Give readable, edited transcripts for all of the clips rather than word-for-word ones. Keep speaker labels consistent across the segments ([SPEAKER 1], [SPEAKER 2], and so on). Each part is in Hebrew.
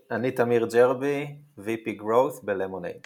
[SPEAKER 1] אני תמיר ג'רבי, VP Growth בלמונייד.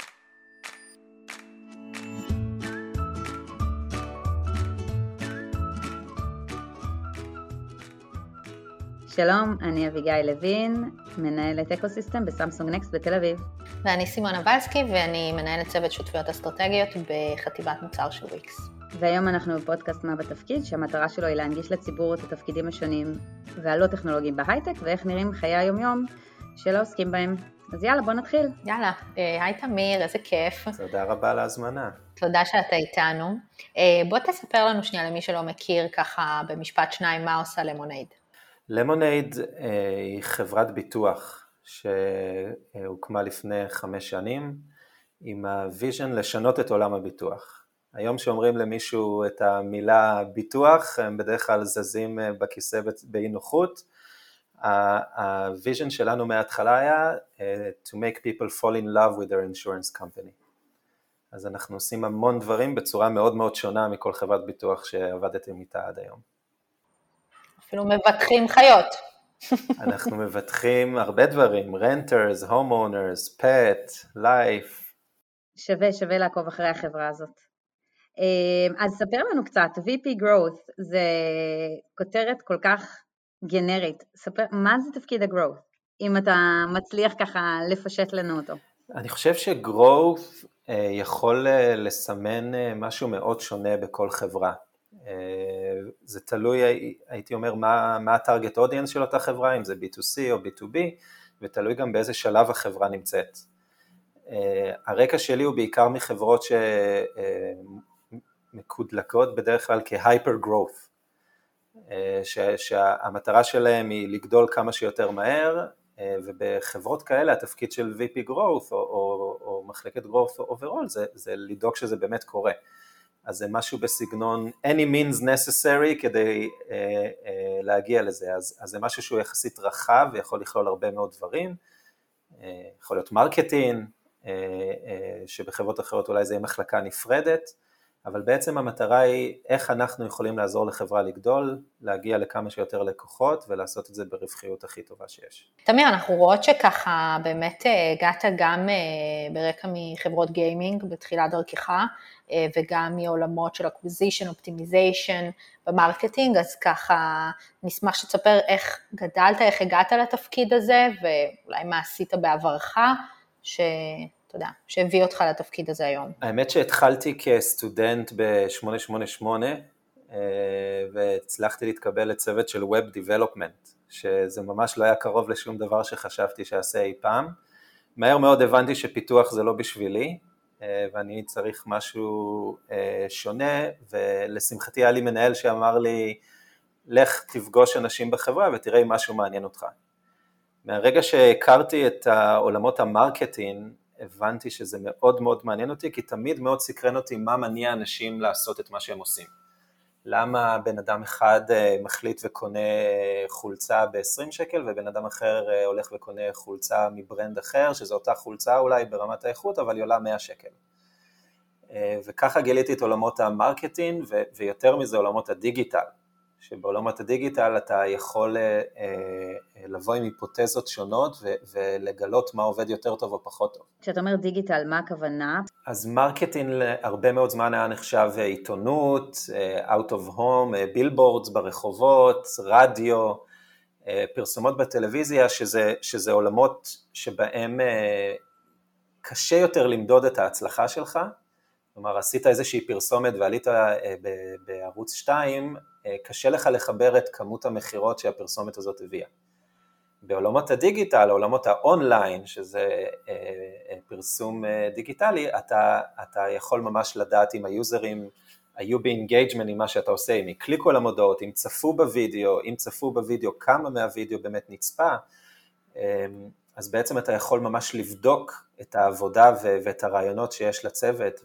[SPEAKER 2] שלום, אני אביגיל לוין, מנהלת אקוסיסטם בסמסונג נקסט בתל אביב.
[SPEAKER 3] ואני סימונה בלסקי, ואני מנהלת צוות שותפויות אסטרטגיות בחטיבת מוצר של וויקס.
[SPEAKER 2] והיום אנחנו בפודקאסט מה בתפקיד, שהמטרה שלו היא להנגיש לציבור את התפקידים השונים והלא טכנולוגיים בהייטק, ואיך נראים חיי היום-יום שלא עוסקים בהם. אז יאללה, בוא נתחיל.
[SPEAKER 3] יאללה, היי תמיר, איזה כיף.
[SPEAKER 1] תודה רבה על ההזמנה.
[SPEAKER 3] תודה שאתה איתנו. בוא תספר לנו שנייה למי שלא מכיר ככה במשפט שניים מה עושה למונייד.
[SPEAKER 1] למונייד היא חברת ביטוח שהוקמה לפני 5 שנים עם הוויז'ן לשנות את עולם הביטוח. היום שאומרים למישהו את המילה ביטוח, הם בדרך כלל זזים בכיסא באי נוחות. הוויז'ן שלנו מההתחלה היה to make people fall in love with their insurance company. אז אנחנו עושים המון דברים בצורה מאוד מאוד שונה מכל חברת ביטוח שעבדתם איתה עד היום.
[SPEAKER 3] אפילו מבטחים חיות.
[SPEAKER 1] אנחנו מבטחים הרבה דברים, renters, homeowners, pet, life.
[SPEAKER 2] שווה לעקוב אחרי החברה הזאת. אז ספר לנו קצת, VP Growth זה כותרת כל כך גנרית. ספר, מה זה תפקיד ה-Growth? אם אתה מצליח ככה לפשט לנו אותו.
[SPEAKER 1] אני חושב ש-Growth יכול לסמן משהו מאוד שונה בכל חברה. זה תלוי, הייתי אומר, מה הטרגט אודיאנס של אותה חברה, אם זה B2C או B2B, ותלוי גם באיזה שלב החברה נמצאת. הרקע שלי הוא בעיקר מחברות שמקודלקות בדרך כלל כהייפר גרורת, שהמטרה שלהם היא לגדול כמה שיותר מהר, ובחברות כאלה התפקיד של VP Growth או מחלקת Growth overall זה לדאוג שזה באמת קורה. אז זה משהו בסגנון any means necessary כדי להגיע לזה, אז זה משהו שהוא יחסית רחב ויכול לכלול הרבה מאוד דברים, יכול להיות מרקטינג, שבחברות אחרות אולי זה יהיה מחלקה נפרדת, אבל בעצם המטרה היא איך אנחנו יכולים לעזור לחברה לגדול, להגיע לכמה שיותר לקוחות ולעשות את זה ברווחיות הכי טובה שיש.
[SPEAKER 3] תמיר, אנחנו רואות שככה באמת הגעת גם ברקע מחברות גיימינג בתחילת דרכך, וגם מעולמות של acquisition, optimization במרקטינג, אז ככה נשמח שתספר איך גדלת, איך הגעת לתפקיד הזה, ואולי מה עשית בעברך, שהביא אותך לתפקיד הזה היום.
[SPEAKER 1] האמת שהתחלתי כסטודנט ב-888, והצלחתי להתקבל לצוות של Web Development, שזה ממש לא היה קרוב לשום דבר שחשבתי שעשה אי פעם. מהר מאוד הבנתי שפיתוח זה לא בשבילי, ואני צריך משהו שונה, ולשמחתי היה לי מנהל שאמר לי, לך תפגוש אנשים בחברה ותראה אם משהו מעניין אותך. מהרגע שהכרתי את עולמות המרקטינג, הבנתי שזה מאוד מאוד מעניין אותי, כי תמיד מאוד סקרן אותי מה מניע אנשים לעשות את מה שהם עושים. למה בן אדם אחד מחליט וקונה חולצה ב-20 שקל, ובן אדם אחר הולך וקונה חולצה מברנד אחר, שזו אותה חולצה אולי ברמת האיכות, אבל היא עולה 100 שקל. וככה גיליתי את עולמות המרקטינג, ויותר מזה עולמות הדיגיטל, שבעולמות הדיגיטל אתה יכול לבוא עם היפותזות שונות ולגלות מה עובד יותר טוב או פחות טוב.
[SPEAKER 2] כשאתה אומר דיגיטל, מה הכוונה?
[SPEAKER 1] אז מרקטינג הרבה מאוד זמן היה נחשב עיתונות, out of home, בילבורדס ברחובות, רדיו, פרסומות בטלוויזיה, שזה עולמות שבהם קשה יותר למדוד את ההצלחה שלך. כלומר, עשית איזושהי פרסומת ועלית בערוץ 2, קשה לך לחבר את כמות המחירות שהפרסומת הזאת הביאה. בעולמות הדיגיטל, עולמות האונליין, שזה פרסום דיגיטלי, אתה יכול ממש לדעת אם היוזרים היו באינגייג'מנט עם מה שאתה עושה, אם יקליקו על המודעות, אם צפו בווידאו, כמה מהווידאו באמת נצפה, אז בעצם אתה יכול ממש לבדוק את העבודה ואת הרעיונות שיש לצוות,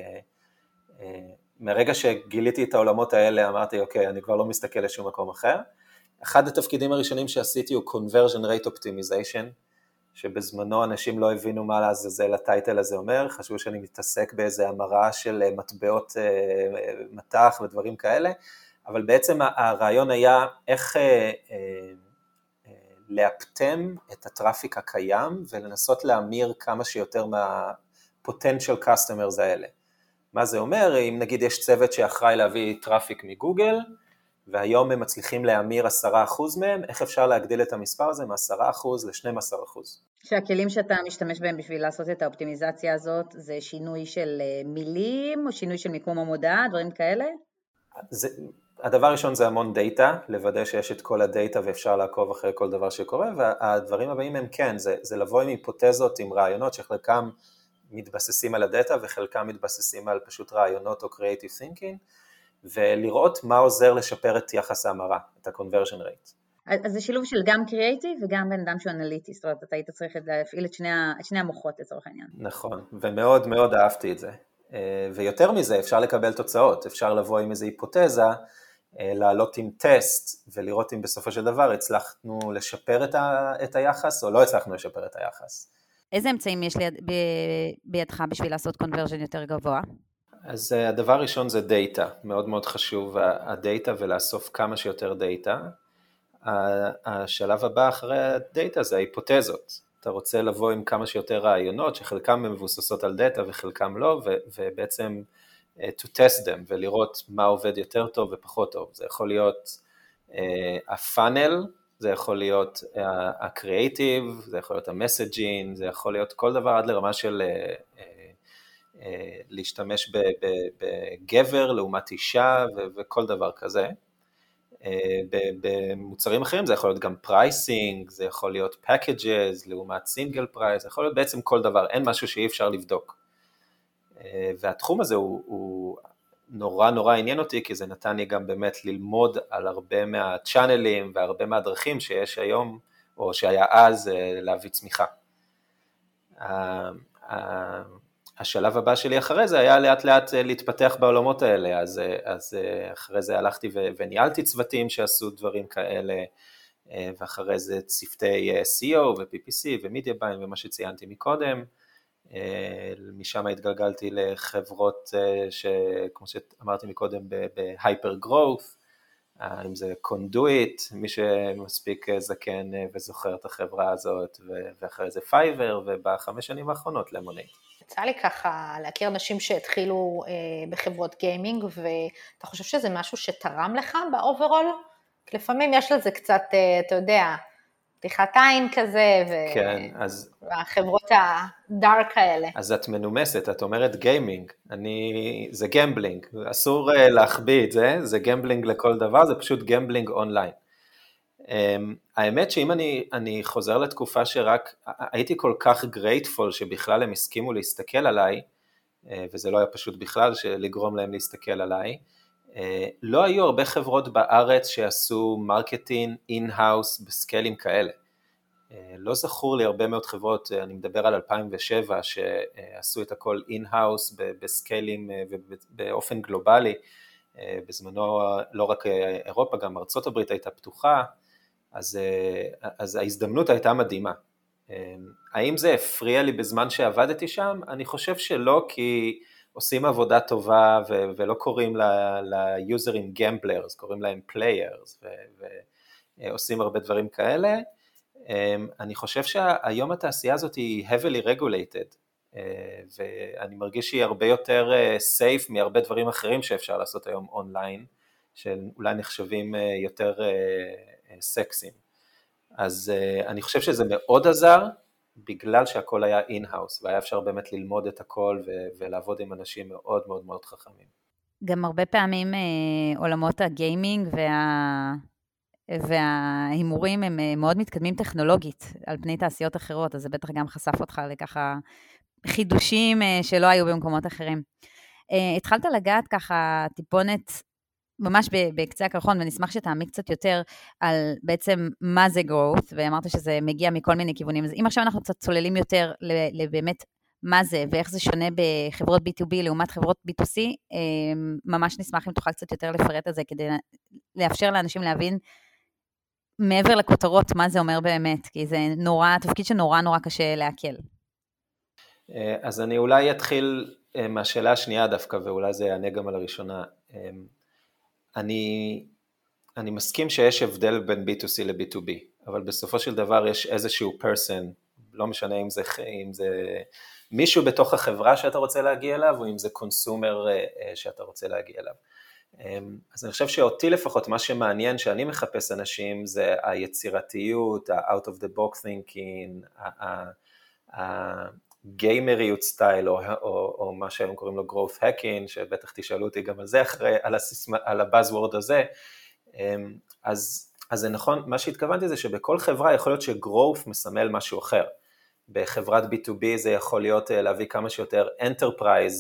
[SPEAKER 1] ומהרגע שגיליתי את העולמות האלה, אמרתי, אוקיי, אני כבר לא מסתכל לשום מקום אחר. אחד התפקידים הראשונים שעשיתי הוא conversion rate optimization, שבזמנו אנשים לא הבינו מה לעזאזל הטייטל הזה אומר, חשבו שאני מתעסק באיזה המרה של מטבעות מתח ודברים כאלה, אבל בעצם הרעיון היה איך לאפטם את הטראפיק הקיים ולנסות להמיר כמה שיותר מה-potential customers האלה. מה זה אומר? אם נגיד יש צוות שאחראי להביא טראפיק מגוגל, והיום הם מצליחים להמיר 10% מהם, איך אפשר להגדיל את המספר הזה מ-10% ל-12%?
[SPEAKER 2] שהכלים שאתה משתמש בהם בשביל לעשות את האופטימיזציה הזאת, זה שינוי של מילים, או שינוי של מיקום המודעה, דברים כאלה?
[SPEAKER 1] הדבר הראשון זה המון דאטה, לוודא שיש את כל הדאטה ואפשר לעקוב אחרי כל דבר שקורה, והדברים הבאים הם כן, זה לבוא עם היפותזות, עם רעיונות שחלקם מתבססים על הדאטה, וחלקם מתבססים על פשוט רעיונות או creative thinking, ולראות מה עוזר לשפר את יחס ההמרה, את ה-conversion rate.
[SPEAKER 2] אז זה שילוב של גם קריאייטיב וגם בן אדם שהוא אנליטי, זאת אומרת, אתה היית צריך להפעיל את שני המוחות לצורך העניין.
[SPEAKER 1] נכון, ומאוד מאוד אהבתי את זה. ויותר מזה, אפשר לקבל תוצאות, אפשר לבוא עם איזו היפותזה, לעלות עם טסט, ולראות אם בסופו של דבר הצלחנו לשפר את היחס, או לא הצלחנו לשפר את היחס.
[SPEAKER 2] איזה אמצעים יש בידך בשביל לעשות conversion יותר גבוה?
[SPEAKER 1] אז הדבר הראשון זה דאטה, מאוד מאוד חשוב הדאטה ולאסוף כמה שיותר דאטה. השלב הבא אחרי הדאטה זה ההיפותזות. אתה רוצה לבוא עם כמה שיותר רעיונות שחלקם מבוססות על דאטה וחלקם לא, ובעצם to test them ולראות מה עובד יותר טוב ופחות טוב. זה יכול להיות הפאנל, זה יכול להיות הקריאייטיב, זה יכול להיות המסג'ין, זה יכול להיות כל דבר עד לרמה של להשתמש בגבר לעומת אישה וכל דבר כזה. במוצרים אחרים זה יכול להיות גם פרייסינג, זה יכול להיות פאקג'ז לעומת סינגל פרייס, זה יכול להיות בעצם כל דבר, אין משהו שאי אפשר לבדוק. והתחום הזה הוא נורא נורא עניין אותי, כי זה נתן לי גם באמת ללמוד על הרבה מהצ'אנלים והרבה מהדרכים שיש היום, או שהיה אז להביא צמיחה. השלב הבא שלי אחרי זה היה לאט לאט להתפתח בעולמות האלה, אז אחרי זה הלכתי וניהלתי צוותים שעשו דברים כאלה, ואחרי זה צוותי SEO ו-PPC ומדיה ביינג ומה שציינתי מקודם, משם התגלגלתי לחברות שכמו שאמרתי מקודם בהייפר גרורת, אם זה קונדויט, מי שמספיק זקן וזוכר את החברה הזאת, ואחרי זה פייבר, וב5 שנים האחרונות למונייד.
[SPEAKER 3] יצא לי ככה להכיר אנשים שהתחילו בחברות גיימינג, ואתה חושב שזה משהו שתרם לך באוברול? כי לפעמים יש לזה קצת, אתה יודע, פתיחת עין כזה,
[SPEAKER 1] כן,
[SPEAKER 3] והחברות הדארק האלה.
[SPEAKER 1] אז את מנומסת, את אומרת גיימינג, זה גמבלינג, אסור להחביא את זה, זה גמבלינג לכל דבר, זה פשוט גמבלינג אונליין. האמת שאם אני חוזר לתקופה שרק, הייתי כל כך גרייטפול שבכלל הם הסכימו להסתכל עליי, וזה לא היה פשוט בכלל לגרום להם להסתכל עליי, לא היו הרבה חברות בארץ שעשו מרקטינג אין-האוס בסקיילים כאלה. לא זכור לי הרבה מאוד חברות, אני מדבר על 2007, שעשו את הכל אין-האוס בסקיילים ובאופן גלובלי, בזמנו לא רק אירופה, גם ארצות הברית הייתה פתוחה, אז ההזדמנות הייתה מדהימה. האם זה הפריע לי בזמן שעבדתי שם? אני חושב שלא, כי עושים עבודה טובה ולא קוראים ליוזרים גמבלרס, קוראים להם פליירס, ועושים הרבה דברים כאלה. אני חושב שהיום התעשייה הזאת היא heavily regulated, ואני מרגיש שהיא הרבה יותר safe מהרבה דברים אחרים שאפשר לעשות היום אונליין, שאולי נחשבים יותר סקסים. אז אני חושב שזה מאוד עזר, בגלל שהכל היה אין-האוס, והיה אפשר באמת ללמוד את הכל, ולעבוד עם אנשים מאוד מאוד מאוד חכמים.
[SPEAKER 2] גם הרבה פעמים עולמות הגיימינג וההימורים הם מאוד מתקדמים טכנולוגית, על פני תעשיות אחרות, אז זה בטח גם חשף אותך לככה חידושים שלא היו במקומות אחרים. התחלת לגעת ככה טיפונת, ממש בקצה הקרחון, ונשמח שתעמיק קצת יותר על בעצם מה זה growth, ואמרת שזה מגיע מכל מיני כיוונים. אז אם עכשיו אנחנו קצת צוללים יותר לבאמת מה זה, ואיך זה שונה בחברות B2B לעומת חברות B2C, ממש נשמח אם תוכל קצת יותר לפרט על זה, כדי לאפשר לאנשים להבין מעבר לכותרות מה זה אומר באמת, כי זה תפקיד שנורא נורא קשה להקל.
[SPEAKER 1] אז אני אולי אתחיל מהשאלה השנייה דווקא, ואולי זה יענה גם על הראשונה. אני מסכים שיש הבדל בין B2C ל-B2B. אבל בסופו של דבר יש איזשהו person, לא משנה אם זה מישהו בתוך החברה שאתה רוצה להגיע אליו, או אם זה קונסומר שאתה רוצה להגיע אליו. אז אני חושב שאותי לפחות, מה שמעניין שאני מחפש אנשים, זה היצירתיות, ה-out of the box thinking, הגיימריות סטייל, או מה שהם קוראים לו growth hacking, שבטח תשאלו אותי גם על זה אחרי, על הבאזוורד הזה. אז זה נכון, מה שהתכוונתי זה שבכל חברה יכול להיות ש-growth מסמל משהו אחר. בחברת B2B זה יכול להיות להביא כמה שיותר enterprise,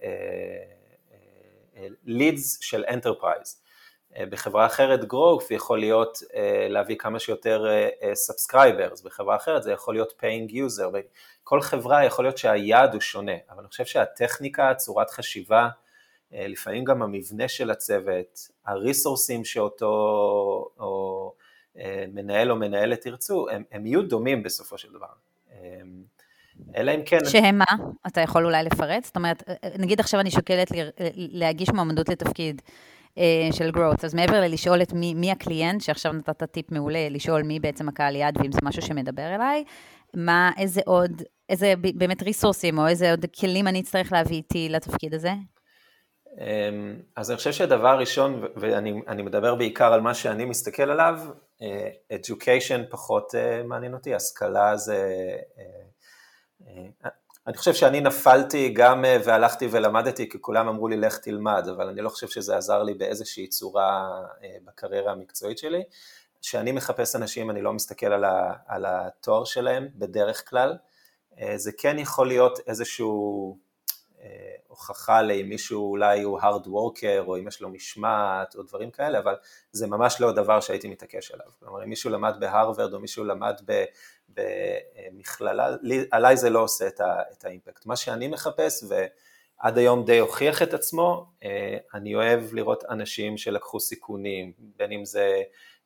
[SPEAKER 1] leads של enterprise. בחברה אחרת growth יכול להיות להביא כמה שיותר subscribers, בחברה אחרת זה יכול להיות paying user, בכל חברה יכול להיות שהיעד הוא שונה, אבל אני חושב שהטכניקה, צורת חשיבה, לפעמים גם המבנה של הצוות, הריסורסים שאותו או מנהל או מנהלת ירצו, הם יהיו דומים בסופו של דבר. אלא אם כן...
[SPEAKER 2] שהם מה? אתה יכול אולי לפרט? זאת אומרת, נגיד עכשיו אני שוקלת להגיש מועמדות לתפקיד של growth, אז מעבר ללשאול את מי הקליינט, שעכשיו נתת טיפ מעולה, לשאול מי בעצם הקהל יעד, ואם זה משהו שמדבר אליי, איזה באמת ריסורסים, או איזה עוד כלים אני אצטרך להביא איתי לתפקיד הזה?
[SPEAKER 1] אז אני חושב שהדבר הראשון, ואני מדבר בעיקר על מה שאני מסתכל עליו, education פחות מעניין אותי, השכלה זה... אני חושב שאני נפלתי גם והלכתי ולמדתי, כי כולם אמרו לי לך תלמד, אבל אני לא חושב שזה עזר לי באיזושהי צורה בקריירה המקצועית שלי. כשאני מחפש אנשים, אני לא מסתכל על התואר שלהם בדרך כלל, זה כן יכול להיות איזשהו הוכחה לאם מישהו אולי הוא hard worker, או אם יש לו משמעת, או דברים כאלה, אבל זה ממש לא דבר שהייתי מתעקש עליו. כלומר, אם מישהו למד בהרווארד, או מישהו למד במכללה, עליי זה לא עושה את האימפקט. מה שאני מחפש, ועד היום די הוכיח את עצמו, אני אוהב לראות אנשים שלקחו סיכונים, בין אם זה,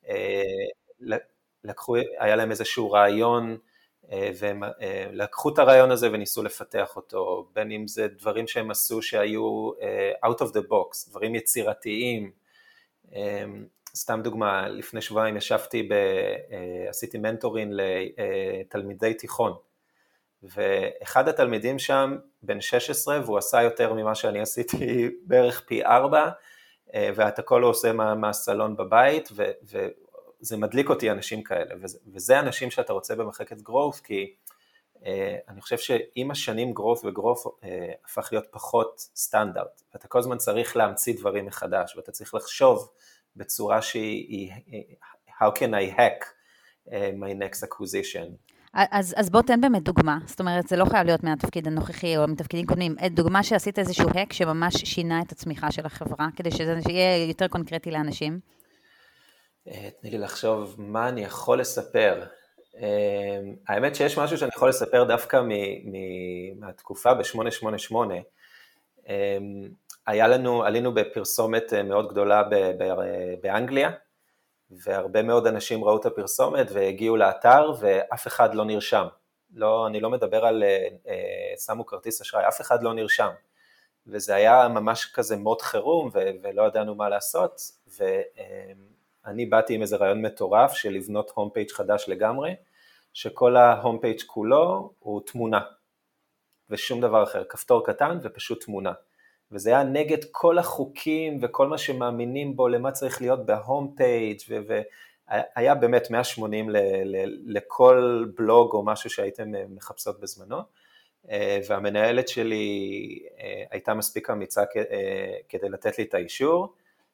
[SPEAKER 1] היה להם איזשהו רעיון, והם לקחו את הרעיון הזה וניסו לפתח אותו, בין אם זה דברים שהם עשו שהיו out of the box, דברים יצירתיים. סתם דוגמה, לפני שבועיים עשיתי מנטורין לתלמידי תיכון, ואחד התלמידים שם בן 16, והוא עשה יותר ממה שאני עשיתי בערך פי 4, ואת הכל הוא עושה מהסלון בבית, וזה מדליק אותי אנשים כאלה, וזה אנשים שאתה רוצה במחלקת growth, כי אני חושב שעם השנים growth הפך להיות פחות סטנדרט, ואתה כל הזמן צריך להמציא דברים מחדש, ואתה צריך לחשוב בצורה שהיא, how can I hack my next acquisition.
[SPEAKER 2] אז בוא תן באמת דוגמה, זאת אומרת, זה לא חייב להיות מהתפקיד הנוכחי או מתפקידים קודמים, דוגמה שעשית איזשהו hack שממש שינה את הצמיחה של החברה, כדי שזה יהיה יותר קונקרטי לאנשים.
[SPEAKER 1] תני לי לחשוב מה אני יכול לספר. האמת שיש משהו שאני יכול לספר דווקא מהתקופה ב-888, עלינו בפרסומת מאוד גדולה באנגליה, והרבה מאוד אנשים ראו את הפרסומת והגיעו לאתר, ואף אחד לא נרשם. אני לא מדבר על שמו כרטיס אשראי, אף אחד לא נרשם. וזה היה ממש כזה מוד חירום, ולא ידענו מה לעשות, ואני באתי עם איזה רעיון מטורף, של לבנות הום פייג' חדש לגמרי, שכל ההום פייג' כולו הוא תמונה, ושום דבר אחר, כפתור קטן ופשוט תמונה. וזה היה נגד כל החוקים וכל מה שמאמינים בו, למה צריך להיות בהום פייג' והיה באמת 180 לכל בלוג או משהו שהייתם מחפשות בזמנו, והמנהלת שלי הייתה מספיק אמיצה כדי לתת לי את האישור,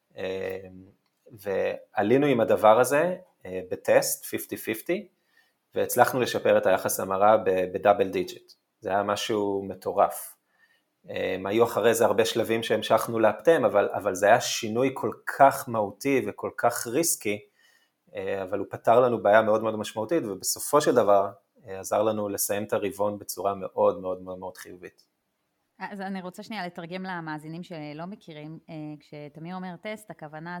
[SPEAKER 1] ועלינו עם הדבר הזה בטסט 50-50, והצלחנו לשפר את היחס המרה בדאבל דיג'יט, זה היה משהו מטורף. היו אחרי זה הרבה שלבים שהמשכנו להפתם, אבל זה היה שינוי כל כך מהותי וכל כך ריסקי, אבל הוא פתר לנו בעיה מאוד מאוד משמעותית, ובסופו של דבר עזר לנו לסיים את הרבעון בצורה מאוד מאוד מאוד מאוד חיובית.
[SPEAKER 2] אז אני רוצה שנייה לתרגם למאזינים שלא מכירים, כשתמיר אומר טסט, הכוונה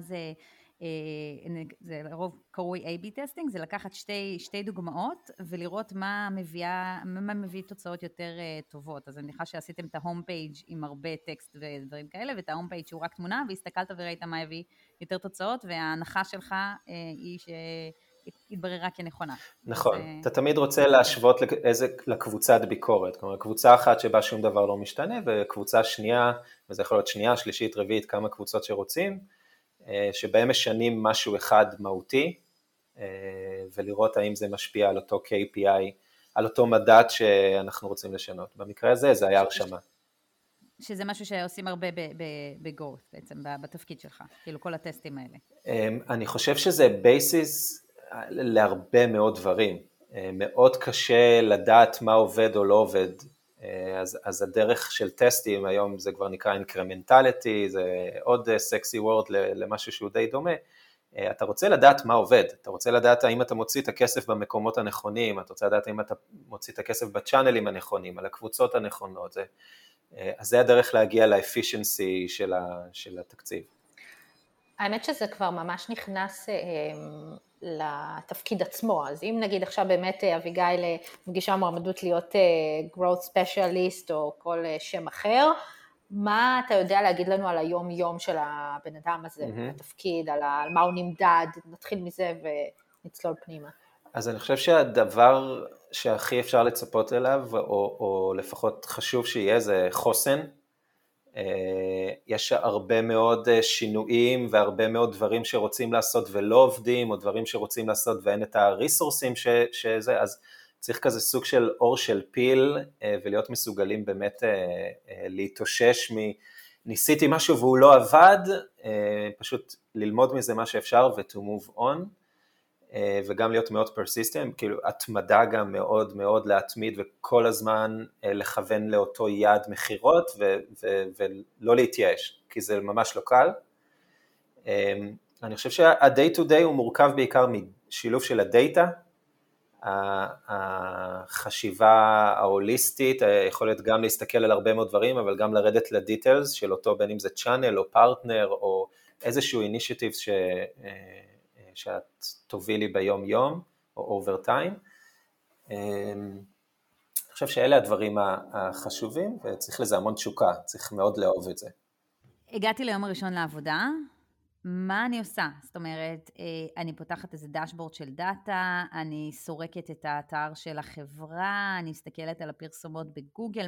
[SPEAKER 2] זה לרוב קרוי A-B טסטינג, זה לקחת שתי דוגמאות ולראות מה מביא תוצאות יותר טובות. אז אני מניחה שעשיתם את ההום פייג' עם הרבה טקסט ודברים כאלה, ואת ההום פייג' שהוא רק תמונה, והסתכלת וראית מה הביא יותר תוצאות, וההנחה שלך היא התבררה כנכונה.
[SPEAKER 1] נכון, אתה תמיד רוצה להשוות לקבוצת ביקורת, כלומר קבוצה אחת שבה שום דבר לא משתנה, וקבוצה שנייה, וזה יכול להיות שנייה, שלישית, רביעית, כמה קבוצות שרוצים, שבהם משנים משהו אחד מהותי, ולראות האם זה משפיע על אותו KPI, על אותו מדד שאנחנו רוצים לשנות. במקרה הזה זה היה הרשמה.
[SPEAKER 2] שזה משהו שעושים הרבה בגו, בעצם, בתפקיד שלך, כאילו כל הטסטים האלה.
[SPEAKER 1] אני חושב שזה בייסיס להרבה דברים. מאוד קשה לדעת מה עובד או לא עובד, אז הדרך של טסטים, היום זה כבר נקרא אינקרמנטליטי, זה עוד סקסי וורד למשהו שהוא די דומה. אתה רוצה לדעת מה עובד, אתה רוצה לדעת האם אתה מוציא את הכסף במקומות הנכונים, אתה רוצה לדעת האם אתה מוציא את הכסף בצ'אנלים הנכונים, על הקבוצות הנכונות, אז זה הדרך להגיע לאפישנסי של התקציב.
[SPEAKER 3] האמת שזה כבר ממש נכנס לתפקיד עצמו, אז אם נגיד עכשיו באמת אביגיל מגישה מועמדות להיות growth specialist או כל שם אחר, מה אתה יודע להגיד לנו על היום יום של הבן אדם הזה, התפקיד, על מה הוא נמדד, נתחיל מזה ונצלול פנימה.
[SPEAKER 1] אז אני חושב שהדבר שהכי אפשר לצפות אליו, או לפחות חשוב שיהיה, זה חוסן. יש הרבה מאוד שינויים והרבה מאוד דברים שרוצים לעשות ולא עובדים, או דברים שרוצים לעשות ואין את הריסורסים שזה, אז צריך כזה סוג של אור של פיל, ולהיות מסוגלים באמת להתאושש ניסיתי משהו והוא לא עבד, פשוט ללמוד מזה מה שאפשר ו-to move on, וגם להיות מאוד persistent, כאילו התמדה גם מאוד מאוד להתמיד וכל הזמן לכוון לאותו יעד מחירות ולא להתייאש, כי זה ממש לא קל. אני חושב שה-day to day הוא מורכב בעיקר משילוב של הדאטה, החשיבה ההוליסטית, יכולת גם להסתכל על הרבה מאוד דברים, אבל גם לרדת לדיטלס של אותו, בין אם זה צ'אנל או פרטנר או איזשהו אינישיטיב שאת תובילי ביום יום או אובר טיים. אני חושב שאלה הדברים החשובים, וצריך לזה המון תשוקה, צריך מאוד לאהוב את זה.
[SPEAKER 2] הגעתי ליום הראשון לעבודה, מה אני עושה? זאת אומרת, אני פותחת איזה דשבורד של דאטה, אני סורקת את האתר של החברה, אני מסתכלת על הפרסומות בגוגל,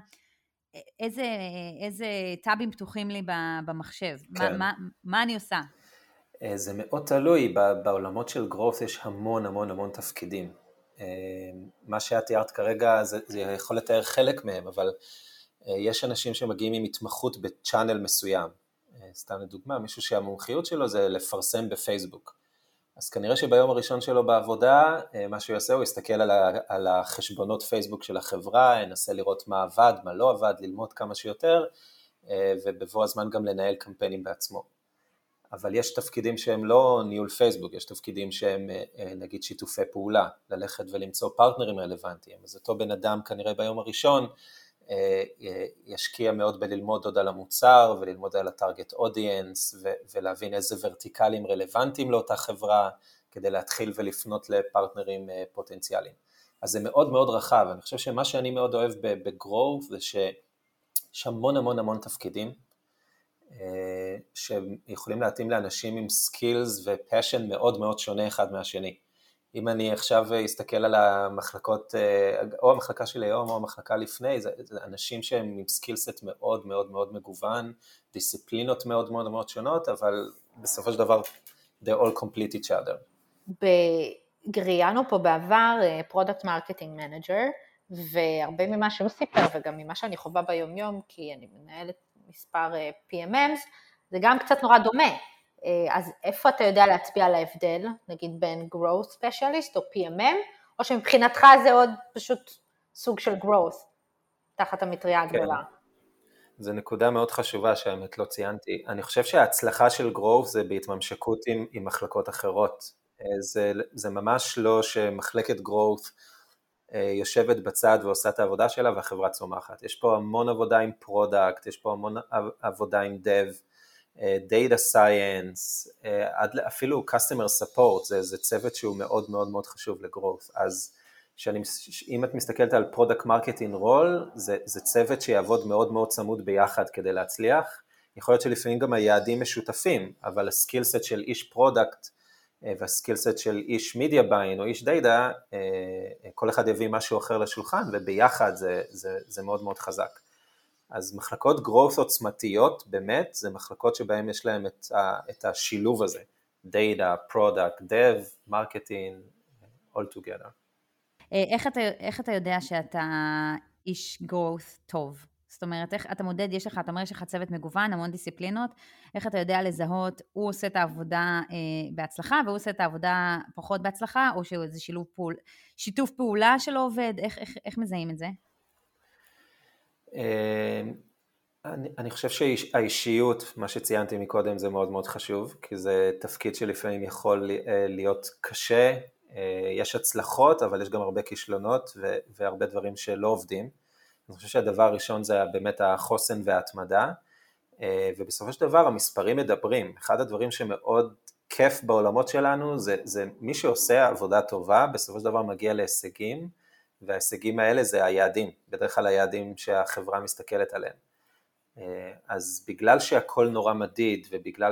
[SPEAKER 2] איזה טאבים פתוחים לי במחשב,
[SPEAKER 1] כן.
[SPEAKER 2] מה אני עושה?
[SPEAKER 1] זה מאוד תלוי, בעולמות של growth יש המון תפקידים. מה שאת תיארת כרגע, זה יכול לתאר חלק מהם, אבל יש אנשים שמגיעים עם התמחות בצ'אנל מסוים. סתם לדוגמה, מישהו שהמומחיות שלו זה לפרסם בפייסבוק. אז כנראה שביום הראשון שלו בעבודה, מה שהוא יעשה, הוא יסתכל על החשבונות פייסבוק של החברה, ינסה לראות מה עבד, מה לא עבד, ללמוד כמה שיותר, ובבוא הזמן גם לנהל קמפיינים בעצמו. אבל יש תפקידים שהם לא ניהול פייסבוק, יש תפקידים שהם נגיד שיתופי פעולה, ללכת ולמצוא פרטנרים רלוונטיים. אז אותו בן אדם כנראה ביום הראשון, ישקיע מאוד בללמוד עוד על המוצר, וללמוד על הטרגט אודיאנס, ולהבין איזה ורטיקלים רלוונטיים לאותה חברה, כדי להתחיל ולפנות לפרטנרים פוטנציאליים. אז זה מאוד רחב, אני חושב שמה שאני מאוד אוהב בגרוב, זה שיש המון תפקידים, שיכולים להתאים לאנשים עם סקילס ופשן מאוד שונה אחד מהשני. אם אני עכשיו אסתכל על המחלקות, או המחלקה של היום, או המחלקה לפני, זה אנשים שהם עם סקילסט מאוד מגוון, דיסציפלינות מאוד שונות, אבל בסופו של דבר, they all complete each other.
[SPEAKER 3] גריינו פה בעבר פרודקט מרקטינג מנג'ר, והרבה ממה שהוא סיפר, וגם ממה שאני חווה ביום יום, כי אני מנהלת מספר PMMs, זה גם קצת נורא דומה. אז איפה אתה יודע להצביע על ההבדל, נגיד בין growth specialist או PMM, או שמבחינתך זה עוד פשוט סוג של growth, תחת המטריה הגדולה?
[SPEAKER 1] זה נקודה מאוד חשובה שהאמת לא ציינתי. אני חושב שההצלחה של growth זה בהתממשקות עם מחלקות אחרות. זה ממש לא שמחלקת growth יושבת בצד ועושה את העבודה שלה והחברה צומחת. יש פה המון עבודה עם product, יש פה המון עבודה עם dev, data science, אפילו customer support, זה צוות שהוא מאוד חשוב לגרowth. אז אם את מסתכלת על product marketing role, זה צוות שיעבוד מאוד צמוד ביחד כדי להצליח. יכול להיות שלפעמים גם היעדים משותפים, אבל הסקילסט של איש product והסקילסט של איש מדיה ביין או איש דאטה, כל אחד יביא משהו אחר לשולחן, וביחד זה מאוד מאוד חזק. אז מחלקות growth עוצמתיות, באמת, זה מחלקות שבהן יש להם את השילוב הזה, data, product, dev, marketing, all together.
[SPEAKER 2] איך אתה יודע שאתה איש growth טוב? זאת אומרת, איך אתה מודד, אתה אומר שיש לך צוות מגוון, המון דיסציפלינות, איך אתה יודע לזהות, הוא עושה את העבודה בהצלחה, והוא עושה את העבודה פחות בהצלחה, או שזה שיתוף פעולה שלא עובד, איך מזהים את זה?
[SPEAKER 1] אני חושב שהאישיות, מה שציינתי מקודם, זה מאוד מאוד חשוב, כי זה תפקיד שלפעמים יכול להיות קשה, יש הצלחות, אבל יש גם הרבה כישלונות והרבה דברים שלא עובדים. אני חושב שהדבר הראשון זה באמת החוסן וההתמדה, ובסופו של דבר המספרים מדברים. אחד הדברים שמאוד כיף בעולמות שלנו, זה מי שעושה עבודה טובה, בסופו של דבר מגיע להישגים, וההישגים האלה זה היעדים, בדרך כלל היעדים שהחברה מסתכלת עליהם. אז בגלל שהכל נורא מדיד, ובגלל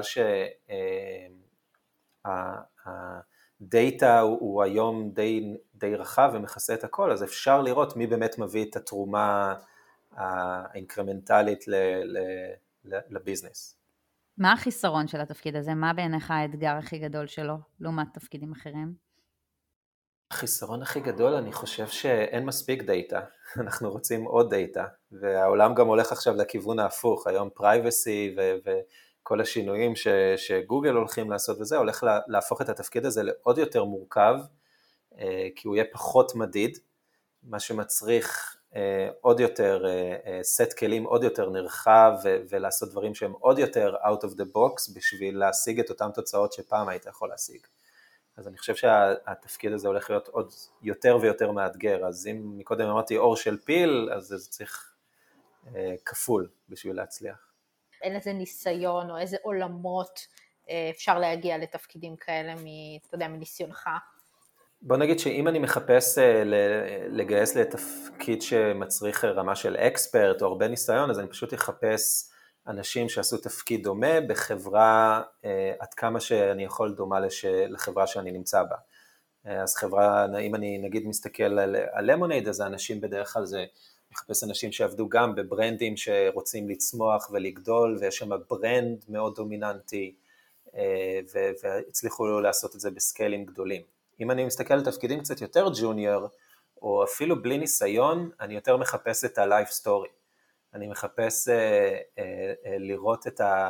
[SPEAKER 1] שהדאטה הוא היום די רחב ומכסה את הכל, אז אפשר לראות מי באמת מביא את התרומה האינקרמנטלית לביזנס.
[SPEAKER 2] מה החיסרון של התפקיד הזה? מה בעיניך האתגר הכי גדול שלו, לעומת תפקידים אחרים?
[SPEAKER 1] החיסרון הכי גדול, אני חושב שאין מספיק דאטה, אנחנו רוצים עוד דאטה, והעולם גם הולך עכשיו לכיוון ההפוך, היום פרייבסי וכל השינויים שגוגל הולכים לעשות וזה, הולך להפוך את התפקיד הזה לעוד יותר מורכב, כי הוא יהיה פחות מדיד, מה שמצריך עוד יותר, סט כלים עוד יותר נרחב, ולעשות דברים שהם עוד יותר out of the box, בשביל להשיג את אותם תוצאות שפעם היית יכול להשיג. אז אני חושב שהתפקיד הזה הולך להיות עוד יותר ויותר מאתגר, אז אם מקודם אמרתי אור של פיל, אז זה צריך כפול בשביל להצליח.
[SPEAKER 3] אין איזה ניסיון או איזה עולמות אפשר להגיע לתפקידים כאלה, אתה יודע, מניסיונך?
[SPEAKER 1] בוא נגיד שאם אני מחפש לגייס לתפקיד שמצריך רמה של אקספרט או הרבה ניסיון, אז אני פשוט אחפש אנשים שעשו תפקיד דומה בחברה עד כמה שאני יכול דומה לחברה שאני נמצא בה. אז חברה, אם אני נגיד מסתכל על למונייד, אז האנשים בדרך כלל זה מחפש אנשים שעבדו גם בברנדים שרוצים לצמוח ולגדול, ויש שם ברנד מאוד דומיננטי, והצליחו לעשות את זה בסקיילים גדולים. אם אני מסתכל על תפקידים קצת יותר ג'וניור, או אפילו בלי ניסיון, אני יותר מחפש את ה-life story. אני מחפש לראות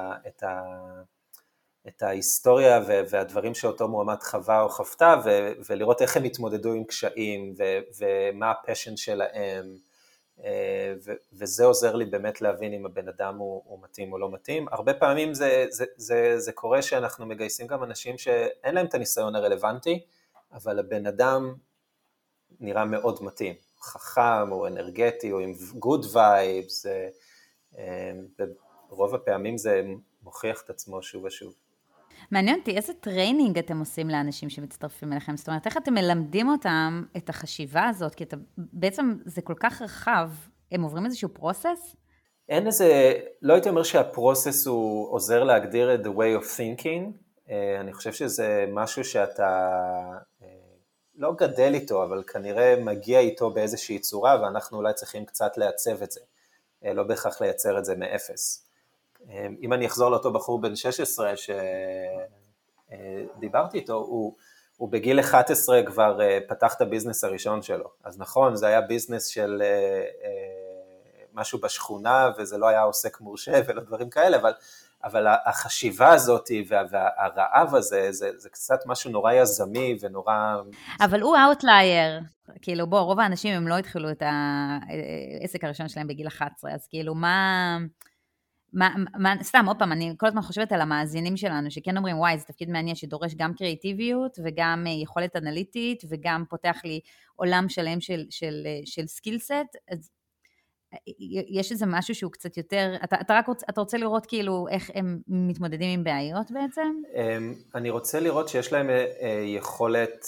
[SPEAKER 1] את ההיסטוריה והדברים שאותו מועמד חווה או חוותה, ולראות איך הם התמודדו עם קשיים, ומה הפשן שלהם, וזה עוזר לי באמת להבין אם הבן אדם הוא מתאים או לא מתאים. הרבה פעמים זה קורה שאנחנו מגייסים גם אנשים שאין להם את הניסיון הרלוונטי, אבל הבן אדם נראה מאוד מתאים. חכם, או אנרגטי, או עם good vibes, ברוב הפעמים זה מוכיח את עצמו שוב ושוב.
[SPEAKER 2] מעניין אותי, איזה טריינינג אתם עושים לאנשים שמצטרפים אליכם? זאת אומרת, איך אתם מלמדים אותם את החשיבה הזאת? כי בעצם זה כל כך רחב, הם עוברים איזשהו פרוסס?
[SPEAKER 1] אין איזה, לא הייתי אומר שהפרוסס הוא עוזר להגדיר את the way of thinking, אני חושב שזה משהו שאתה לא גדל איתו, אבל כנראה מגיע איתו באיזושהי צורה, ואנחנו אולי צריכים קצת לעצב את זה, לא בהכרח לייצר את זה מאפס. אם אני אחזור לאותו בחור בן 16 שדיברתי איתו, הוא בגיל 11 כבר פתח את הביזנס הראשון שלו. אז נכון, זה היה ביזנס של משהו בשכונה, וזה לא היה עוסק מורשה ולא דברים כאלה, אבל החשיבה הזאת והרעב הזה, זה קצת משהו נורא יזמי ונורא...
[SPEAKER 2] אבל הוא אאוטלייר, כאילו בוא, רוב האנשים הם לא התחילו את העסק הראשון שלהם בגיל 11, אז כאילו סתם, עוד פעם, אני כל הזמן חושבת על המאזינים שלנו, שכן אומרים, וואי, זה תפקיד מעניין שדורש גם קריאטיביות, וגם יכולת אנליטית, וגם פותח לי עולם שלם של סקילסט, אז יש איזה משהו שהוא קצת יותר, אתה רוצה לראות כאילו איך הם מתמודדים עם בעיות בעצם?
[SPEAKER 1] אני רוצה לראות שיש להם יכולת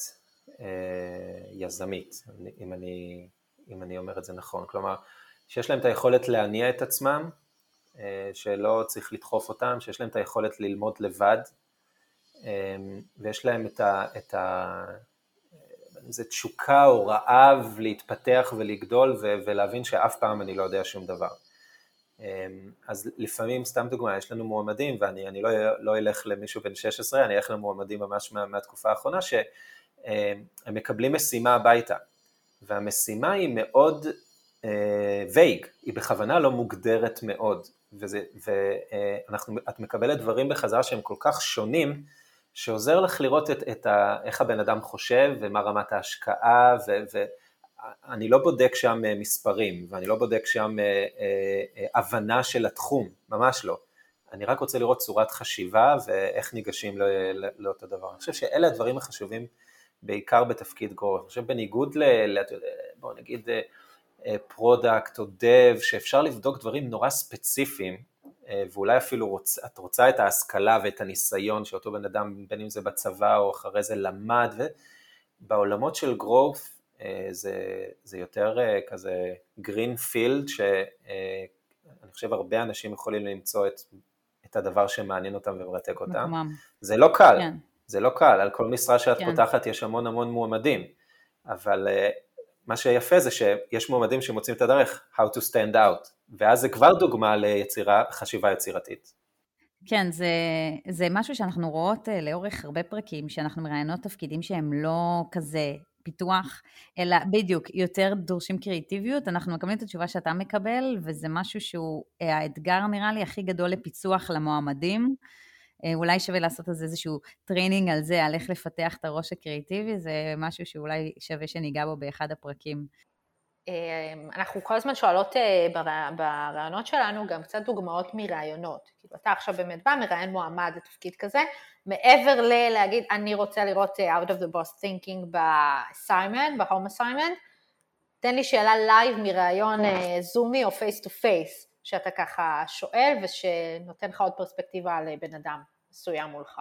[SPEAKER 1] יזמית, אם אני אומר את זה נכון, כלומר, שיש להם את היכולת להניע את עצמם, שלא צריך לדחוף אותם, שיש להם את היכולת ללמוד לבד, ויש להם איזו תשוקה או רעב להתפתח ולגדול ולהבין שאף פעם אני לא יודע שום דבר. אז לפעמים, סתם דוגמה, יש לנו מועמדים, ואני לא אלך למישהו בן 16, אני אלך למועמדים ממש מהתקופה האחרונה, שהם מקבלים משימה הביתה, והמשימה היא מאוד וייג, היא בכוונה לא מוגדרת מאוד, ואת מקבלת דברים בחזרה שהם כל כך שונים, שעוזר לך לראות איך הבן אדם חושב, ומה רמת ההשקעה, ואני לא בודק שם מספרים, ואני לא בודק שם הבנה של התחום, ממש לא. אני רק רוצה לראות צורת חשיבה, ואיך ניגשים לאותו דבר. אני חושב שאלה הדברים החשובים, בעיקר בתפקיד גרור. אני חושב בניגוד בוא נגיד, פרודקט או דב, שאפשר לבדוק דברים נורא ספציפיים, ואולי אפילו את רוצה את ההשכלה ואת הניסיון שאותו בן אדם, בין אם זה בצבא או אחרי זה למד, ובעולמות של growth זה יותר כזה green field, שאני חושב הרבה אנשים יכולים למצוא את הדבר שמעניין אותם ומרתק אותם. מקומם. זה לא קל, כן. זה לא קל, על כל משרה שאת כן. פותחת יש המון המון מועמדים, אבל מה שיפה זה שיש מועמדים שמוצאים את הדרך how to stand out, ואז זה כבר דוגמה לחשיבה יצירתית.
[SPEAKER 2] כן, זה משהו שאנחנו רואות לאורך הרבה פרקים, שאנחנו מראיינות תפקידים שהם לא כזה פיתוח, אלא בדיוק יותר דורשים קריאטיביות, אנחנו מקבלים את התשובה שאתה מקבל, וזה משהו שהוא האתגר נראה לי הכי גדול לפיצוח למועמדים, אולי שווה לעשות איזשהו טריינינג על זה, על איך לפתח את הראש הקריאטיבי, זה משהו שאולי שווה שניגע בו באחד הפרקים.
[SPEAKER 3] אנחנו כל הזמן שואלות ברעיונות שלנו גם קצת דוגמאות מרעיונות. כאילו אתה עכשיו באמת בא, מראיין מועמד לתפקיד כזה, מעבר להגיד אני רוצה לראות out of the box thinking ב-assignment, ב-home assignment, תן לי שאלה לייב מרעיון זומי או face to face, שאתה ככה שואל ושנותן לך עוד פרספקטיבה על בן אדם מסוים מולך.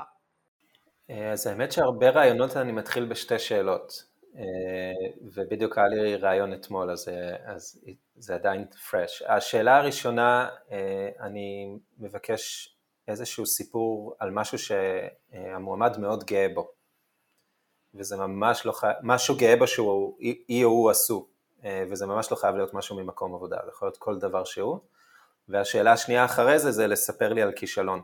[SPEAKER 1] אז האמת שהרבה רעיונות אני מתחיל בשתי שאלות. ובדיוק היה לי רעיון אתמול, אז זה עדיין פרש. השאלה הראשונה, אני מבקש איזשהו סיפור על משהו שהמועמד מאוד גאה בו, וזה ממש לא חייב, משהו גאה בו שהוא היא או הוא עשו, וזה ממש לא חייב להיות משהו ממקום עבודה, זה יכול להיות כל דבר שהוא. והשאלה השנייה אחרי זה, זה לספר לי על כישלון,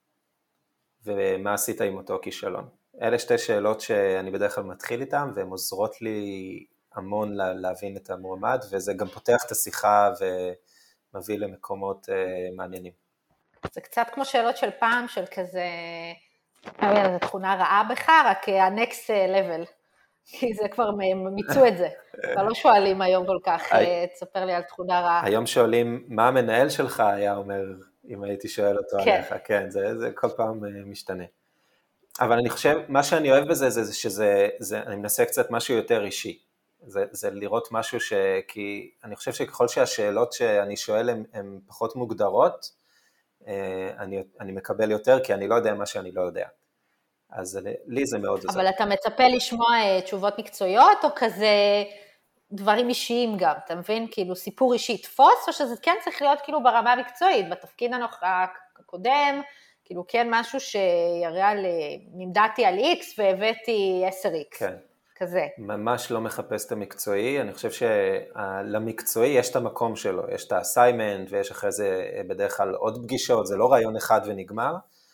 [SPEAKER 1] ומה עשית עם אותו כישלון. אלה שתי שאלות שאני בדרך כלל מתחיל איתן, והן עוזרות לי המון להבין את המועמד, וזה גם פותח את השיחה ומביא למקומות מעניינים.
[SPEAKER 3] זה קצת כמו שאלות של פעם, של כזה, זו תכונה רעה בך, רק ה-next level, כי זה כבר מיצו את זה. אבל לא שואלים היום כל כך, תספר לי על תכונה רעה.
[SPEAKER 1] היום שואלים, מה המנהל שלך היה אומר, אם הייתי שואל אותו עליך? כן, זה כל פעם משתנה. אבל אני חושב, מה שאני אוהב בזה, זה שזה, אני מנסה קצת משהו יותר אישי. זה לראות משהו כי אני חושב שככל שהשאלות שאני שואל הן פחות מוגדרות, אני מקבל יותר, כי אני לא יודע מה שאני לא יודע. אז לי זה מאוד עוזר.
[SPEAKER 3] אבל אתה מצפה לשמוע תשובות מקצועיות, או כזה דברים אישיים גם, אתה מבין? כאילו סיפור אישי תפוס, או שזה כן צריך להיות כאילו ברמה המקצועית, בתפקיד הקודם, כאילו כן משהו שיראה על, נמדדתי על X והבאתי 10X,
[SPEAKER 1] כן.
[SPEAKER 3] כזה.
[SPEAKER 1] ממש לא מחפש את המקצועי, אני חושב שלמקצועי יש את המקום שלו, יש את האסיימנט ויש אחרי זה בדרך כלל עוד פגישות, זה לא רעיון אחד ונגמר.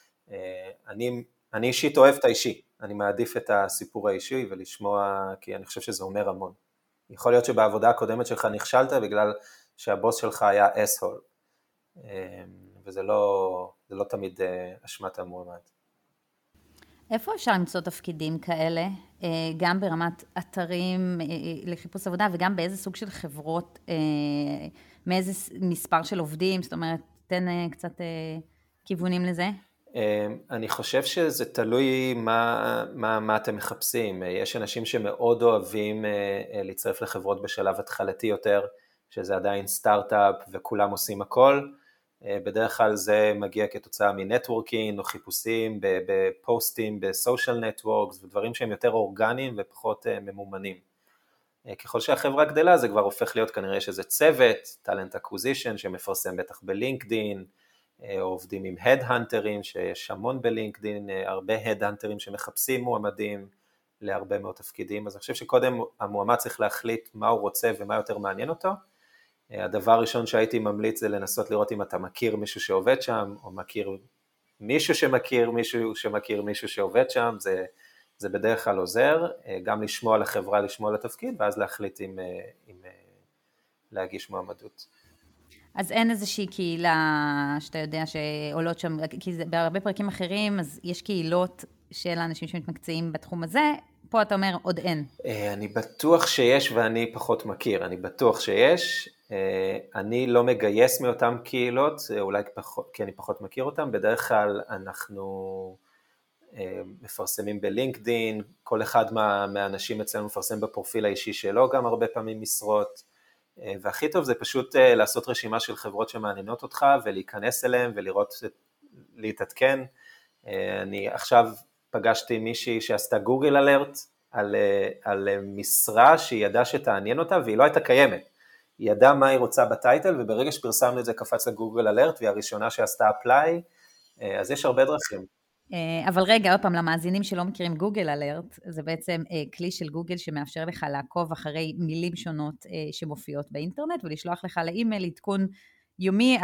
[SPEAKER 1] אני אישית אוהב את האישי, אני מעדיף את הסיפור האישי ולשמוע, כי אני חושב שזה אומר המון. יכול להיות שבעבודה הקודמת שלך נכשלת בגלל שהבוס שלך היה אסהול, וזה לא תמיד אשמת המועמד.
[SPEAKER 2] איפה אפשר למצוא תפקידים כאלה, גם ברמת אתרים לחיפוש עבודה, וגם באיזה סוג של חברות, מאיזה מספר של עובדים, זאת אומרת, תן קצת כיוונים לזה?
[SPEAKER 1] אני חושב שזה תלוי מה אתם מחפשים. יש אנשים שמאוד אוהבים להצטרף לחברות בשלב התחלתי יותר, שזה עדיין סטארט-אפ וכולם עושים הכל. בדרך כלל זה מגיע כתוצאה מנטוורקינג או חיפושים בפוסטים, בסושיאל נטוורקס ודברים שהם יותר אורגניים ופחות ממומנים. ככל שהחברה גדלה זה כבר הופך להיות כנראה שזה צוות, טלנט אקוויזישן שמפרסם בטח בלינקדין, עובדים עם הדהנטרים, שיש המון בלינקדין, הרבה הדהנטרים שמחפשים מועמדים להרבה מאוד תפקידים, אז אני חושב שקודם המועמד צריך להחליט מה הוא רוצה ומה יותר מעניין אותו. הדבר הראשון שהייתי ממליץ זה לנסות לראות אם אתה מכיר מישהו שעובד שם, או מכיר מישהו שמכיר מישהו שמכיר מישהו שעובד שם, זה בדרך כלל עוזר, גם לשמוע על החברה, לשמוע על התפקיד, ואז להחליט אם להגיש מועמדות.
[SPEAKER 2] אז אין איזושהי קהילה שאתה יודע שעולות שם, כי בהרבה פרקים אחרים, אז יש קהילות של האנשים שמתמקצעים בתחום הזה, פה אתה אומר עוד אין.
[SPEAKER 1] אני בטוח שיש ואני פחות מכיר, אני בטוח שיש, אני לא מגייס מאותם קהילות, אולי כי אני פחות מכיר אותם, בדרך כלל אנחנו מפרסמים בלינקדין, כל אחד מהאנשים אצלנו מפרסם בפרופיל האישי שלו גם הרבה פעמים משרות, והכי טוב זה פשוט לעשות רשימה של חברות שמעניינות אותך ולהיכנס אליהם ולראות, להתעדכן. אני עכשיו פגשתי מישהי שעשתה גוגל אלרט על משרה שהיא ידעה שתעניין אותה והיא לא הייתה קיימת. היא ידעה מה היא רוצה בטייטל וברגע שפרסמנו את זה קפץ לגוגל אלרט והיא הראשונה שעשתה אפליי, אז יש הרבה דרכים.
[SPEAKER 2] אבל רגע, עוד פעם, למאזינים שלא מכירים גוגל אלרט, זה בעצם כלי של גוגל שמאפשר לך לעקוב אחרי מילים שונות שמופיעות באינטרנט, ולשלוח לך לאימייל עדכון יומי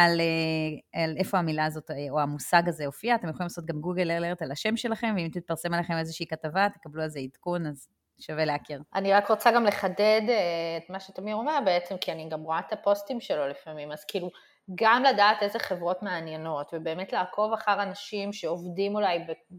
[SPEAKER 2] על איפה המילה הזאת או המושג הזה הופיע. אתם יכולים לעשות גם גוגל אלרט על השם שלכם, ואם תתפרסם עליכם איזושהי כתבה, תקבלו על זה עדכון, אז שווה להכיר.
[SPEAKER 3] אני רק רוצה גם לחדד את מה שתמיר אומר בעצם, כי אני גם רואה את הפוסטים שלו לפעמים, אז כאילו, גם לדעת איזה חברות מעניינות, ובאמת לעקוב אחר אנשים שעובדים אולי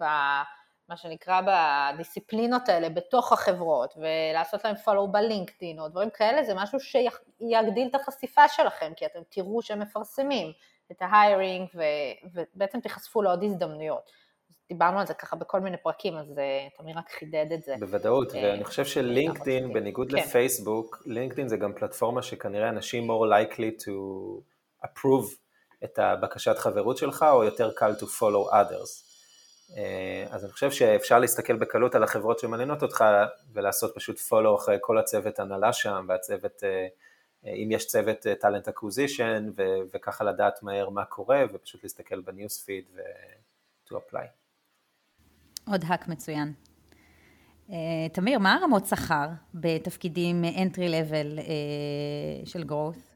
[SPEAKER 3] מה שנקרא בדיסציפלינות האלה, בתוך החברות, ולעשות להם follow בלינקדין, או דברים כאלה, זה משהו שיגדיל את החשיפה שלכם, כי אתם תראו שהם מפרסמים את ההיירינג, ובעצם תחשפו לעוד הזדמנויות. דיברנו על זה ככה בכל מיני פרקים, אז תמיר רק חידד את זה.
[SPEAKER 1] בוודאות, ואני חושב שלינקדין, בניגוד לפייסבוק, לינקדין זה גם פלטפורמה שכנראה אנשים more likely to approve את הבקשת חברות שלך, או יותר קל to follow others. אז אני חושב שאפשר להסתכל בקלות על החברות שמעניינות אותך, ולעשות פשוט follow אחרי כל הצוות הנהלה שם, והצוות, אם יש צוות talent acquisition, וככה לדעת מהר מה קורה, ופשוט להסתכל בניוספיד ו-to apply.
[SPEAKER 2] עוד האק מצוין. תמיר, מה הרמות שכר בתפקידים entry level של growth,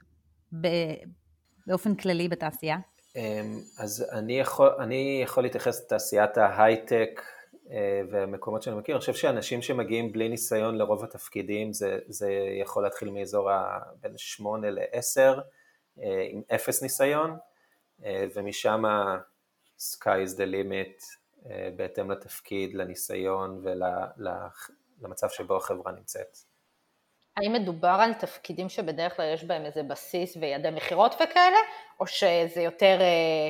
[SPEAKER 2] באופן כללי בתעשייה?
[SPEAKER 1] אז אני יכול להתייחס לתעשיית ההייטק והמקומות שאני מכיר. אני חושב שאנשים שמגיעים בלי ניסיון לרוב התפקידים, זה יכול להתחיל מאזור בין 8 ל-10, עם 0 ניסיון, ומשם sky is the limit, בהתאם לתפקיד, לניסיון ולמצב שבו החברה נמצאת.
[SPEAKER 3] האם מדובר על תפקידים שבדרך כלל יש בהם איזה בסיס ויעדי מחירות וכאלה, או שזה יותר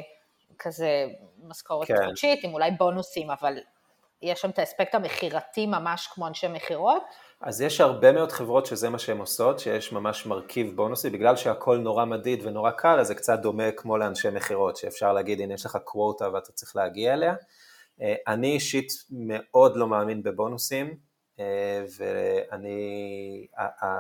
[SPEAKER 3] כזה משכורת חודשית, עם אולי בונוסים, אבל יש שם את האספקט המחירתי ממש כמו אנשי מחירות?
[SPEAKER 1] אז יש הרבה מאוד חברות שזה מה שהן עושות, שיש ממש מרכיב בונוסי, בגלל שהכל נורא מדיד ונורא קל, אז זה קצת דומה כמו לאנשי מחירות, שאפשר להגיד, הנה יש לך קווטה ואתה צריך להגיע אליה. אני אישית מאוד לא מאמין בבונוסים, ואני,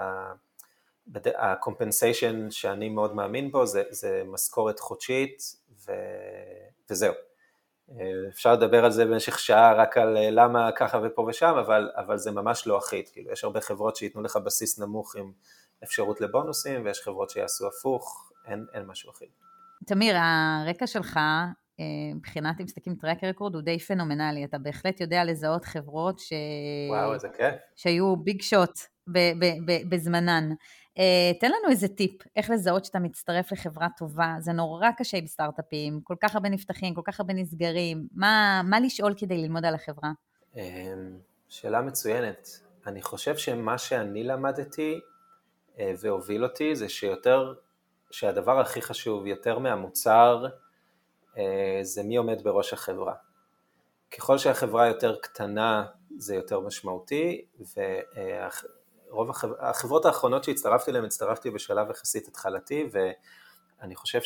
[SPEAKER 1] הקומפנסיישן שאני מאוד מאמין בו, זה משכורת חודשית, וזהו. אפשר לדבר על זה במשך שעה רק על למה ככה ופה ושם, אבל זה ממש לא אחיד. כאילו, יש הרבה חברות שיתנו לך בסיס נמוך עם אפשרות לבונוסים, ויש חברות שיעשו הפוך, אין משהו אחיד.
[SPEAKER 2] תמיר, הרקע שלך, מבחינת אם מסתכלים טרק רקורד, הוא די פנומנלי. אתה בהחלט יודע לזהות חברות
[SPEAKER 1] וואו, איזה כיף.
[SPEAKER 2] שהיו ביג שוט בזמנן. תן לנו איזה טיפ, איך לזהות שאתה מצטרף לחברה טובה, זה נורא קשה בסטארט-אפים, כל כך הרבה נפתחים, כל כך הרבה נסגרים, מה לשאול כדי ללמוד על החברה?
[SPEAKER 1] שאלה מצוינת. אני חושב שמה שאני למדתי והוביל אותי, זה שהדבר הכי חשוב יותר מהמוצר, זה מי עומד בראש החברה. ככל שהחברה יותר קטנה, זה יותר משמעותי, רוב החברות האחרונות שהצטרפתי להם, הצטרפתי בשלב יחסית התחלתי, ואני חושב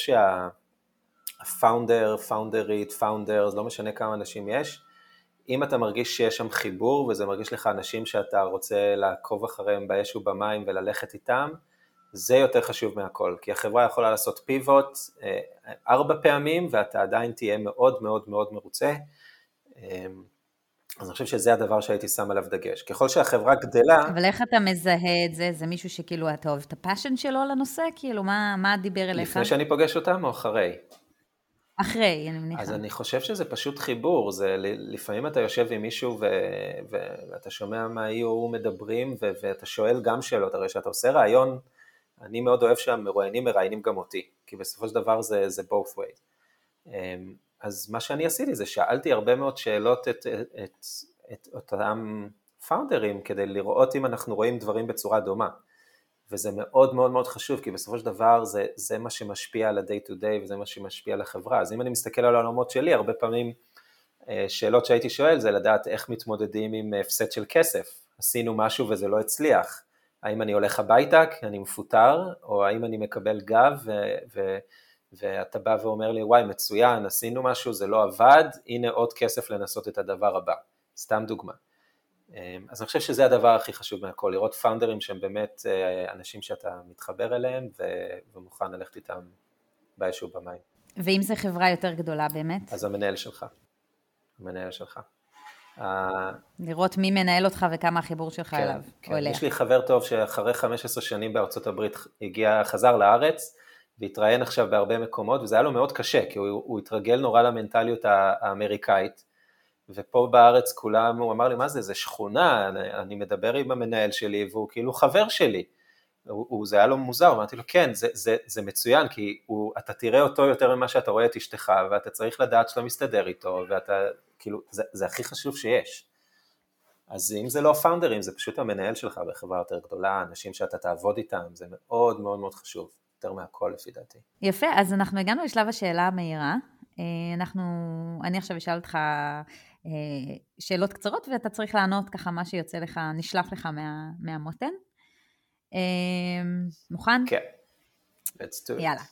[SPEAKER 1] פאונדרית, לא משנה כמה אנשים יש, אם אתה מרגיש שיש שם חיבור, וזה מרגיש לך אנשים שאתה רוצה לעקוב אחריהם באש ובמים וללכת איתם, זה יותר חשוב מהכל, כי החברה יכולה לעשות פיבוט 4 פעמים, ואתה עדיין תהיה מאוד מאוד מאוד מרוצה, אז אני חושב שזה הדבר שהייתי שם עליו דגש. ככל שהחברה גדלה...
[SPEAKER 2] אבל איך אתה מזהה את זה? זה מישהו שכאילו אתה אוהב את הפאשן שלו לנושא? כאילו מה דיבר אליך?
[SPEAKER 1] לפני שאני פוגש אותם או אחרי?
[SPEAKER 2] אחרי, אני מניחה.
[SPEAKER 1] אז אני חושב שזה פשוט חיבור, לפעמים אתה יושב עם מישהו ואתה שומע מה הוא מדברים, ואתה שואל גם שאלות, הרי שאתה עושה רעיון, אני מאוד אוהב שהמרואיינים מראיינים גם אותי, כי בסופו של דבר זה both ways. אז מה שאני עשיתי זה שאלתי הרבה מאוד שאלות את אותם פאונדרים, כדי לראות אם אנחנו רואים דברים בצורה דומה. וזה מאוד מאוד מאוד חשוב, כי בסופו של דבר זה מה שמשפיע על ה-day to day, וזה מה שמשפיע על החברה. אז אם אני מסתכל על העולמות שלי, הרבה פעמים שאלות שהייתי שואל, זה לדעת איך מתמודדים עם הפסד של כסף. עשינו משהו וזה לא הצליח. האם אני הולך הביתה, כי אני מפוטר, או האם אני מקבל גב, ואתה בא ואומר לי, וואי, מצוין, עשינו משהו, זה לא עבד, הנה עוד כסף לנסות את הדבר הבא. סתם דוגמה. אז אני חושב שזה הדבר הכי חשוב מהכל, לראות פאונדרים שהם באמת אנשים שאתה מתחבר אליהם, ומוכן ללכת איתם באיזשהו במים.
[SPEAKER 2] ואם זה חברה יותר גדולה באמת?
[SPEAKER 1] אז המנהל שלך.
[SPEAKER 2] לראות מי מנהל אותך וכמה החיבור שלך אליו.
[SPEAKER 1] כן. יש לי חבר טוב שאחרי 15 שנים בארצות הברית חזר לארץ, והתראיין עכשיו בהרבה מקומות, וזה היה לו מאוד קשה, כי הוא התרגל נורא למנטליות האמריקאית, ופה בארץ כולם, הוא אמר לי, מה זה שכונה, אני מדבר עם המנהל שלי, והוא כאילו חבר שלי, זה היה לו מוזר, אמרתי לו, כן, זה מצוין, כי אתה תראה אותו יותר ממה שאתה רואה את אשתך, ואתה צריך לדעת שאתה מסתדר איתו, ואתה, כאילו, זה הכי חשוב שיש. אז אם זה לא פאונדרים, זה פשוט המנהל שלך בחברה יותר גדולה, אנשים שאתה תעבוד איתם, זה מאוד מאוד מאוד חשוב, יותר מהכל לפי דעתי.
[SPEAKER 2] יפה, אז אנחנו הגענו לשלב השאלה המהירה, אני עכשיו אשאל אותך שאלות קצרות, ואתה צריך לענות ככה מה שיוצא לך, נשלח לך מהמותן. מוכן?
[SPEAKER 1] כן, let's do it.
[SPEAKER 2] יאללה.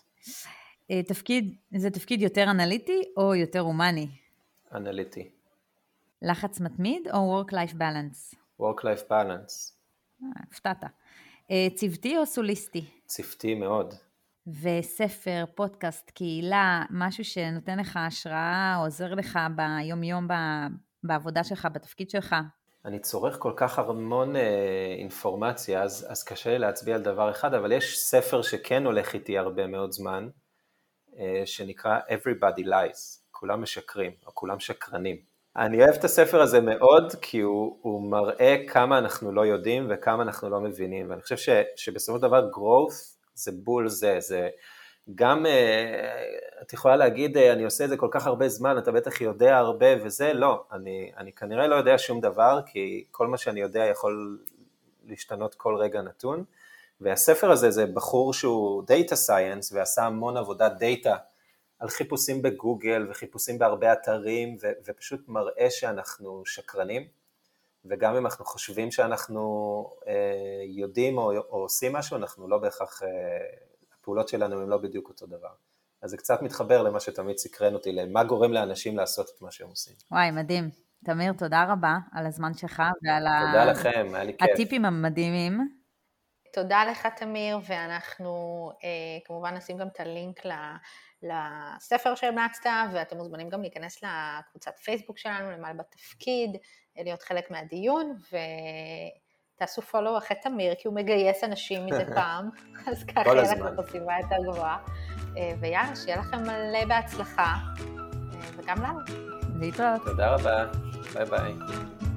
[SPEAKER 2] זה תפקיד יותר אנליטי או יותר הומני?
[SPEAKER 1] אנליטי.
[SPEAKER 2] לחץ מתמיד או work-life balance?
[SPEAKER 1] work-life balance.
[SPEAKER 2] הפתעת. צוותי או סוליסטי?
[SPEAKER 1] צוותי מאוד.
[SPEAKER 2] וספר, פודקאסט, קהילה, משהו שנותן לך השראה, עוזר לך ביום-יום בעבודה שלך, בתפקיד שלך?
[SPEAKER 1] אני צורך כל כך המון אינפורמציה, אז קשה לי להצביע על דבר אחד, אבל יש ספר שכן הולך איתי הרבה מאוד זמן, שנקרא Everybody Lies, כולם משקרים, או כולם שקרנים. אני אוהב את הספר הזה מאוד, כי הוא מראה כמה אנחנו לא יודעים, וכמה אנחנו לא מבינים, ואני חושב שבסופו של דבר growth, זה בול זה גם, את יכולה להגיד, אני עושה את זה כל כך הרבה זמן, אתה בטח יודע הרבה, וזה לא, אני כנראה לא יודע שום דבר, כי כל מה שאני יודע יכול להשתנות כל רגע נתון, והספר הזה זה בחור שהוא Data Science, ועשה המון עבודת דאטה, על חיפושים בגוגל, וחיפושים בהרבה אתרים, ופשוט מראה שאנחנו שקרנים, וגם אם אנחנו חושבים שאנחנו יודעים או עושים משהו, אנחנו לא בהכרח, הפעולות שלנו הן לא בדיוק אותו דבר. אז זה קצת מתחבר למה שתמיד סקרן אותי, למה גורם לאנשים לעשות את מה שהם עושים.
[SPEAKER 2] וואי, מדהים. תמיר, תודה רבה על הזמן שלך ועל
[SPEAKER 1] תודה לכם, היה לי כיף.
[SPEAKER 2] הטיפים המדהימים.
[SPEAKER 3] תודה לך תמיר, ואנחנו כמובן נשים גם את הלינק לספר שהמלצת, ואתם מוזמנים גם להיכנס לקבוצת פייסבוק שלנו, למעלה בתפקיד, להיות חלק מהדיון, ותעשו פולו אחרי תמיר, כי הוא מגייס אנשים מדי פעם, אז ככה יהיה לכם חשיבה יותר גבוהה, ויאללה, שיהיה לכם מלא בהצלחה, וגם לנו.
[SPEAKER 2] להתראות.
[SPEAKER 1] תודה רבה, ביי ביי.